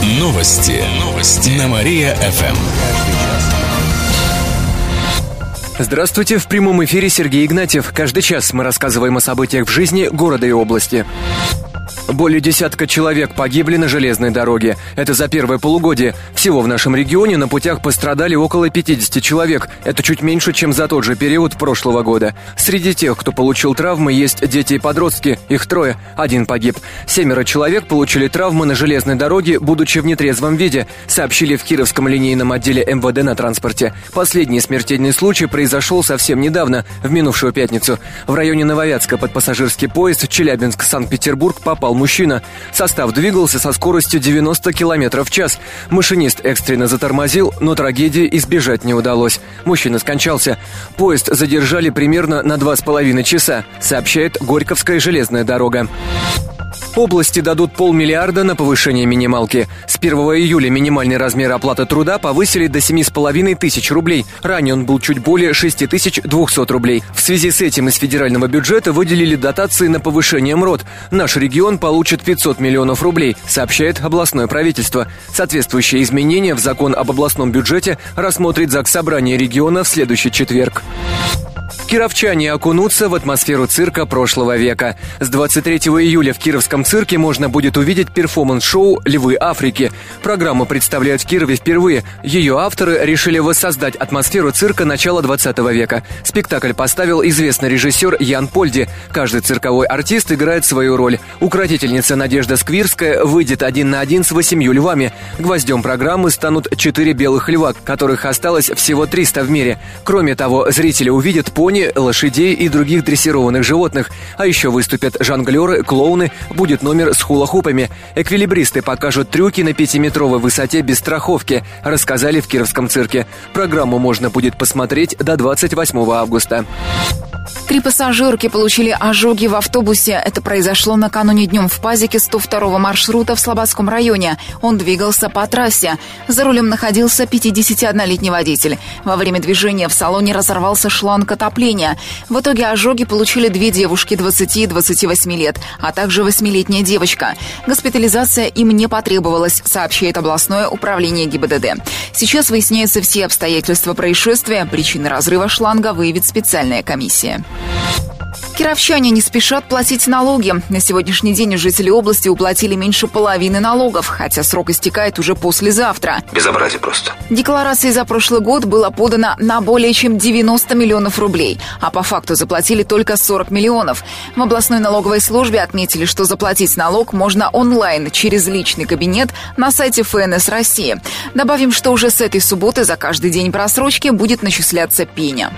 Новости на Мария-ФМ. Здравствуйте, в прямом эфире Сергей Игнатьев. Каждый час мы рассказываем о событиях в жизни города и области. Более десятка человек погибли на железной дороге. Это за первое полугодие. Всего в нашем регионе на путях пострадали около 50 человек. Это чуть меньше, чем за тот же период прошлого года. Среди тех, кто получил травмы, есть дети и подростки. Их 3, 1 погиб. 7 человек получили травмы на железной дороге, будучи в нетрезвом виде, сообщили в Кировском линейном отделе МВД на транспорте. Последний смертельный случай произошел совсем недавно, в минувшую пятницу. В районе Нововятска под пассажирский поезд Челябинск-Санкт-Петербург попал мужчина. Состав двигался со скоростью 90 км в час. Машинист экстренно затормозил, но трагедии избежать не удалось. Мужчина скончался. Поезд задержали примерно на 2,5 часа, сообщает Горьковская железная дорога. Области дадут 500 миллиона на повышение минималки. С 1 июля минимальный размер оплаты труда повысили до 7500 рублей. Ранее он был чуть более 6200 рублей. В связи с этим из федерального бюджета выделили дотации на повышение МРОТ. Наш регион получит 500 миллионов рублей, сообщает областное правительство. Соответствующие изменения в закон об областном бюджете рассмотрит Заксобрание региона в следующий четверг. Кировчане окунутся в атмосферу цирка прошлого века. С 23 июля в Кировском цирке можно будет увидеть перформанс-шоу «Львы Африки». Программу представляют в Кирове впервые. Ее авторы решили воссоздать атмосферу цирка начала 20 века. Спектакль поставил известный режиссер Ян Польди. Каждый цирковой артист играет свою роль. Укротительница Надежда Сквирская выйдет 1 на 1 с 8 львами. Гвоздем программы станут 4 белых льва, которых осталось всего 300 в мире. Кроме того, зрители увидят пони, лошадей и других дрессированных животных. А еще выступят жонглеры, клоуны, будет номер с хула-хупами. Эквилибристы покажут трюки на 5-метровой высоте без страховки, рассказали в Кировском цирке. Программу можно будет посмотреть до 28 августа. 3 пассажирки получили ожоги в автобусе. Это произошло накануне днем в Пазике 102-го маршрута в Слободском районе. Он двигался по трассе. За рулем находился 51-летний водитель. Во время движения в салоне разорвался шланг отопления. В итоге ожоги получили 2 девушки 20 и 28 лет, а также 8-летняя девочка. Госпитализация им не потребовалась, сообщает областное управление ГИБДД. Сейчас выясняются все обстоятельства происшествия. Причины разрыва шланга выявит специальная комиссия. Кировчане не спешат платить налоги. На сегодняшний день жители области уплатили меньше половины налогов, хотя срок истекает уже послезавтра. Безобразие просто. Декларации за прошлый год было подано на более чем 90 миллионов рублей, а по факту заплатили только 40 миллионов. В областной налоговой службе отметили, что заплатить налог можно онлайн через личный кабинет на сайте ФНС России. Добавим, что уже с этой субботы за каждый день просрочки будет начисляться пеня.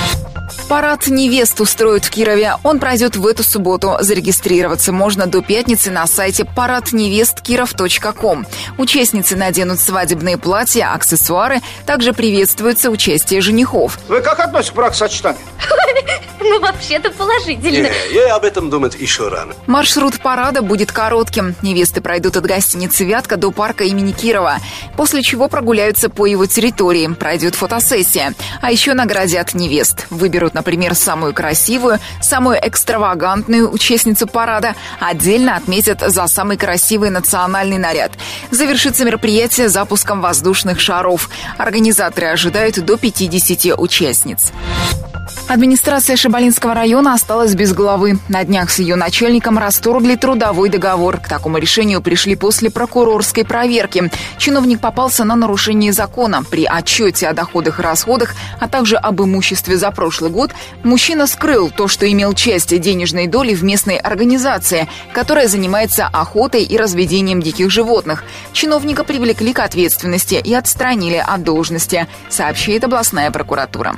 Парад невест устроят в Кирове. Он пройдет в эту субботу. Зарегистрироваться можно до пятницы на сайте paradnevestkirov.com. Участницы наденут свадебные платья, аксессуары. Также приветствуется участие женихов. Вы как относитесь к бракосочетанию? Ну, вообще-то положительно. Я об этом думать еще рано. Маршрут парада будет коротким. Невесты пройдут от гостиницы «Вятка» до парка имени Кирова, после чего прогуляются по его территории. Пройдет фотосессия. А еще наградят невест. Выберут, например, самую красивую, самую экстравагантную участницу парада. Отдельно отметят за самый красивый национальный наряд. Завершится мероприятие запуском воздушных шаров. Организаторы ожидают до 50 участниц. Администрация Шабалинского района осталась без главы. На днях с ее начальником расторгли трудовой договор. К такому решению пришли после прокурорской проверки. Чиновник попался на нарушение закона. При отчете о доходах и расходах, а также об имуществе за прошлый год, мужчина скрыл то, что имел часть денежной доли в местной организации, которая занимается охотой и разведением диких животных. Чиновника привлекли к ответственности и отстранили от должности, сообщает областная прокуратура.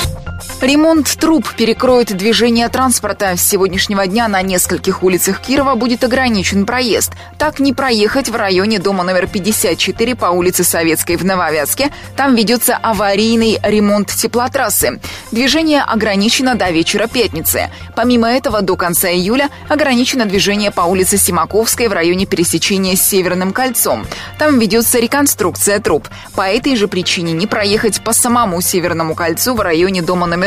Ремонт труб перекроет движение транспорта. С сегодняшнего дня на нескольких улицах Кирова будет ограничен проезд. Так не проехать в районе дома номер 54 по улице Советской в Нововятске. Там ведется аварийный ремонт теплотрассы. Движение ограничено до вечера пятницы. Помимо этого, до конца июля ограничено движение по улице Симаковской в районе пересечения с Северным кольцом. Там ведется реконструкция труб. По этой же причине не проехать по самому Северному кольцу в районе дома номер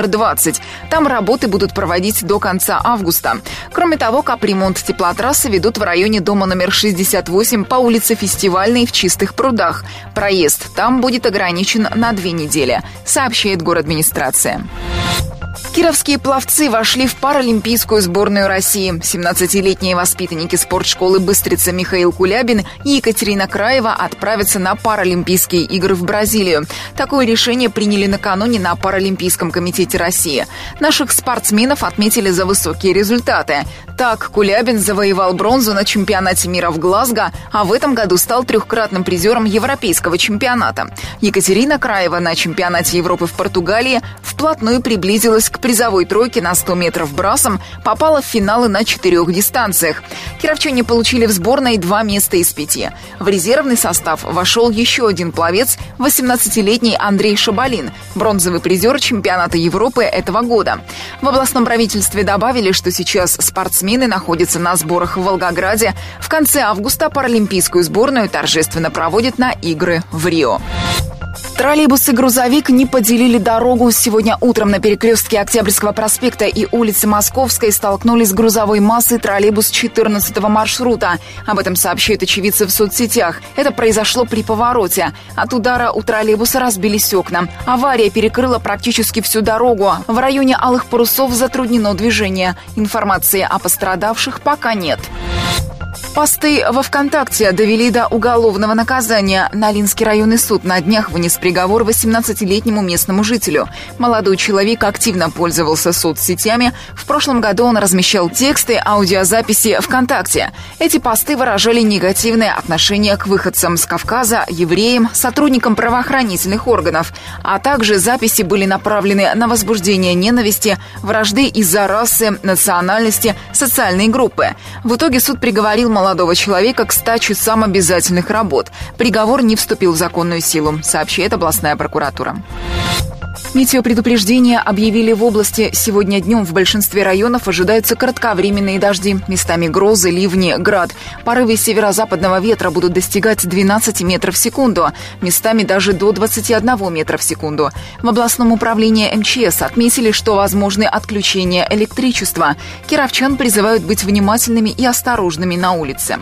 НР-20. Там работы будут проводить до конца августа. Кроме того, капремонт теплотрассы ведут в районе дома номер 68 по улице Фестивальной в Чистых прудах. Проезд там будет ограничен на 2 недели, сообщает городадминистрация. Кировские пловцы вошли в паралимпийскую сборную России. 17-летние воспитанники спортшколы «Быстрица» Михаил Кулябин и Екатерина Краева отправятся на Паралимпийские игры в Бразилию. Такое решение приняли накануне на Паралимпийском комитете России. Наших спортсменов отметили за высокие результаты. Так, Кулябин завоевал бронзу на чемпионате мира в Глазго, а в этом году стал 3-кратным призером европейского чемпионата. Екатерина Краева на чемпионате Европы в Португалии вплотную приблизилась к призовой тройке на 100 метров брасом, попала в финалы на 4 дистанциях. Кировчане получили в сборной 2 места из 5. В резервный состав вошел еще один пловец, 18-летний Андрей Шабалин, бронзовый призер чемпионата Европы этого года. В областном правительстве добавили, что сейчас спортсмены находятся на сборах в Волгограде. В конце августа паралимпийскую сборную торжественно проводят на игры в Рио. Троллейбус и грузовик не поделили дорогу. Сегодня утром на перекрестке Октябрьского проспекта и улицы Московской столкнулись с грузовой массой троллейбус 14-го маршрута. Об этом сообщают очевидцы в соцсетях. Это произошло при повороте. От удара у троллейбуса разбились окна. Авария перекрыла практически всю дорогу. В районе Алых Парусов затруднено движение. Информации о пострадавших пока нет. Посты во ВКонтакте довели до уголовного наказания. Налинский районный суд на днях вынес приговор 18-летнему местному жителю. Молодой человек активно пользовался соцсетями. В прошлом году он размещал тексты, аудиозаписи ВКонтакте. Эти посты выражали негативное отношение к выходцам с Кавказа, евреям, сотрудникам правоохранительных органов. А также записи были направлены на возбуждение ненависти, вражды из-за расы, национальности, социальной группы. В итоге суд приговорил молодого человека к 100 часам обязательных работ. Приговор не вступил в законную силу, сообщает областная прокуратура. Метеопредупреждения объявили в области. Сегодня днем в большинстве районов ожидаются кратковременные дожди. Местами грозы, ливни, град. Порывы северо-западного ветра будут достигать 12 метров в секунду. Местами даже до 21 метра в секунду. В областном управлении МЧС отметили, что возможны отключения электричества. Кировчан призывают быть внимательными и осторожными на улице.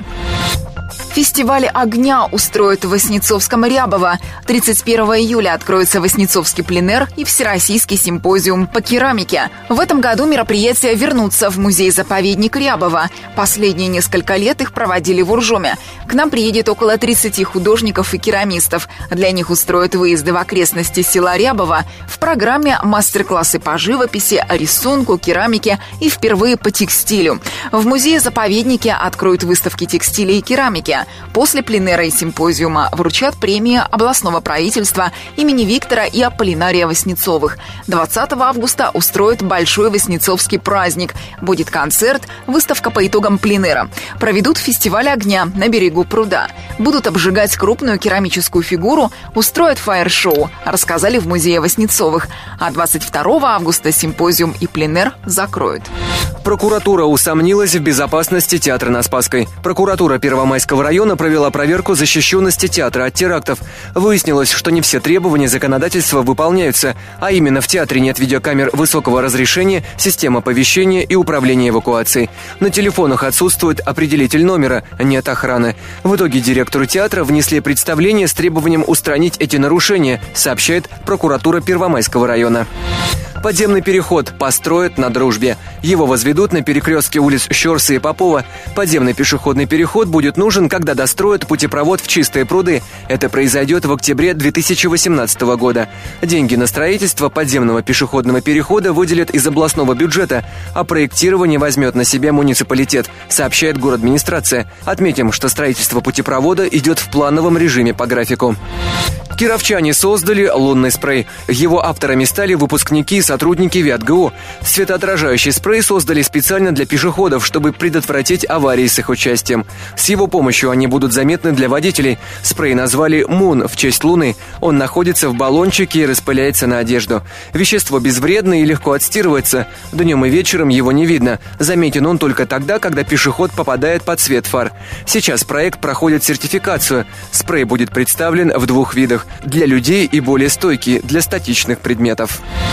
Фестиваль огня устроят в Воснецовском Рябово. 31 июля откроется Воснецовский пленэр и Всероссийский симпозиум по керамике. В этом году мероприятия вернутся в музей-заповедник Рябово. Последние несколько лет их проводили в Уржуме. К нам приедет около 30 художников и керамистов. Для них устроят выезды в окрестности села Рябово. В программе мастер-классы по живописи, рисунку, керамике и впервые по текстилю. В музее-заповеднике откроют выставки текстиля и керамики. После пленэра и симпозиума вручат премии областного правительства имени Виктора и Аполлинария Воснецовых. 20 августа устроят Большой Воснецовский праздник. Будет концерт, выставка по итогам пленэра. Проведут фестиваль огня на берегу пруда. Будут обжигать крупную керамическую фигуру, устроят фаер-шоу, рассказали в музее Воснецовых. А 22 августа симпозиум и пленэр закроют. Прокуратура усомнилась в безопасности театра на Спасской. Прокуратура Первомайского района провела проверку защищенности театра от терактов. Выяснилось, что не все требования законодательства выполняются, а именно в театре нет видеокамер высокого разрешения, систем оповещения и управления эвакуацией. На телефонах отсутствует определитель номера, нет охраны. В итоге директору театра внесли представление с требованием устранить эти нарушения, сообщает прокуратура Первомайского района. Подземный переход построят на Дружбе. Его возведут на перекрестке улиц Щорса и Попова. Подземный пешеходный переход будет нужен, когда достроят путепровод в Чистые пруды. Это произойдет в октябре 2018 года. Деньги на строительство подземного пешеходного перехода выделят из областного бюджета, а проектирование возьмет на себя муниципалитет, сообщает городадминистрация. Отметим, что строительство путепровода идет в плановом режиме по графику. Кировчане создали лунный спрей. Его авторами стали выпускники и сотрудники ВятГУ. Светоотражающий спрей создали специально для пешеходов, чтобы предотвратить аварии с их участием. С его помощью они будут заметны для водителей. Спрей назвали «Мун» в честь Луны. Он находится в баллончике и распыляется на одежду. Вещество безвредное и легко отстирывается. Днем и вечером его не видно. Заметен он только тогда, когда пешеход попадает под свет фар. Сейчас проект проходит сертификацию. Спрей будет представлен в 2 видах. Для людей и более стойкий для статичных предметов.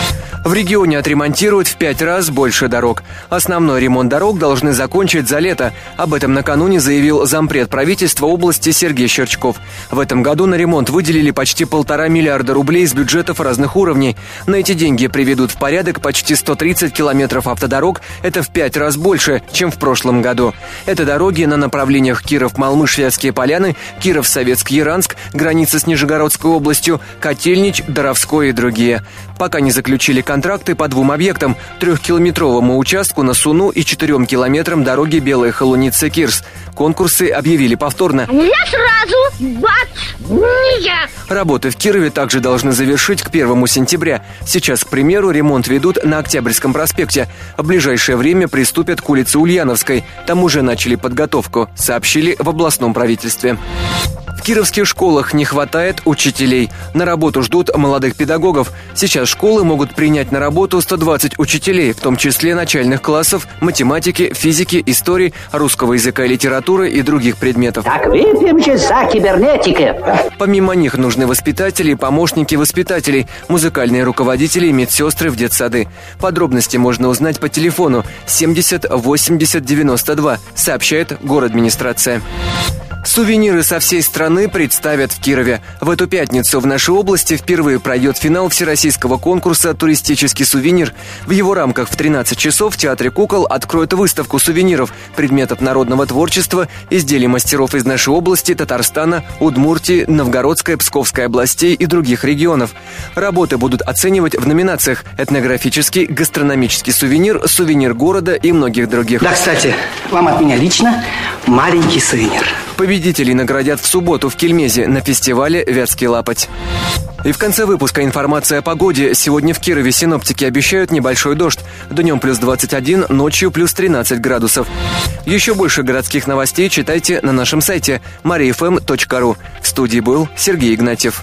В регионе отремонтируют в 5 раз больше дорог. Основной ремонт дорог должны закончить за лето. Об этом накануне заявил зампред правительства области Сергей Щерчков. В этом году на ремонт выделили почти 1,5 миллиарда рублей из бюджетов разных уровней. На эти деньги приведут в порядок почти 130 километров автодорог. Это в 5 раз больше, чем в прошлом году. Это дороги на направлениях Киров-Малмыш-Вятские Поляны, Киров-Советск-Яранск, граница с Нижегородской областью, Котельнич, Доровской и другие. Пока не заключили контракты по 2 объектам: 3-километровому участку на Суну и 4 километрам дороги Белая Холуница-Кирс. Конкурсы объявили повторно. У меня сразу бац! Не я! Работы в Кирове также должны завершить к 1 сентября. Сейчас, к примеру, ремонт ведут на Октябрьском проспекте. В ближайшее время приступят к улице Ульяновской. Там уже начали подготовку, сообщили в областном правительстве. В кировских школах не хватает учителей. На работу ждут молодых педагогов. Сейчас школы могут принять на работу 120 учителей, в том числе начальных классов, математики, физики, истории, русского языка и литературы и других предметов. Так выпьем же за кибернетиков. Помимо них нужны воспитатели, помощники воспитателей, музыкальные руководители и медсестры в детсады. Подробности можно узнать по телефону 70 80 92, сообщает городадминистрация. Сувениры со всей страны представят в Кирове. В эту пятницу в нашей области впервые пройдет финал всероссийского конкурса «Туристический сувенир». В его рамках в 13 часов в Театре кукол откроют выставку сувениров, предметов народного творчества, изделий мастеров из нашей области, Татарстана, Удмуртии, Новгородской, Псковской областей и других регионов. Работы будут оценивать в номинациях «Этнографический», «Гастрономический сувенир», «Сувенир города» и многих других. Да, кстати, вам от меня лично маленький сувенир. Победителей наградят в субботу в Кельмезе на фестивале «Вятский лапоть». И в конце выпуска информация о погоде. Сегодня в Кирове синоптики обещают небольшой дождь. Днем плюс 21, ночью плюс 13 градусов. Еще больше городских новостей читайте на нашем сайте mariafm.ru. В студии был Сергей Игнатьев.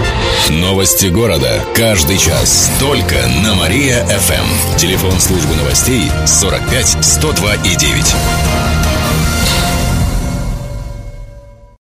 Новости города. Каждый час. Только на Мария-ФМ. Телефон службы новостей 45 102 и 9.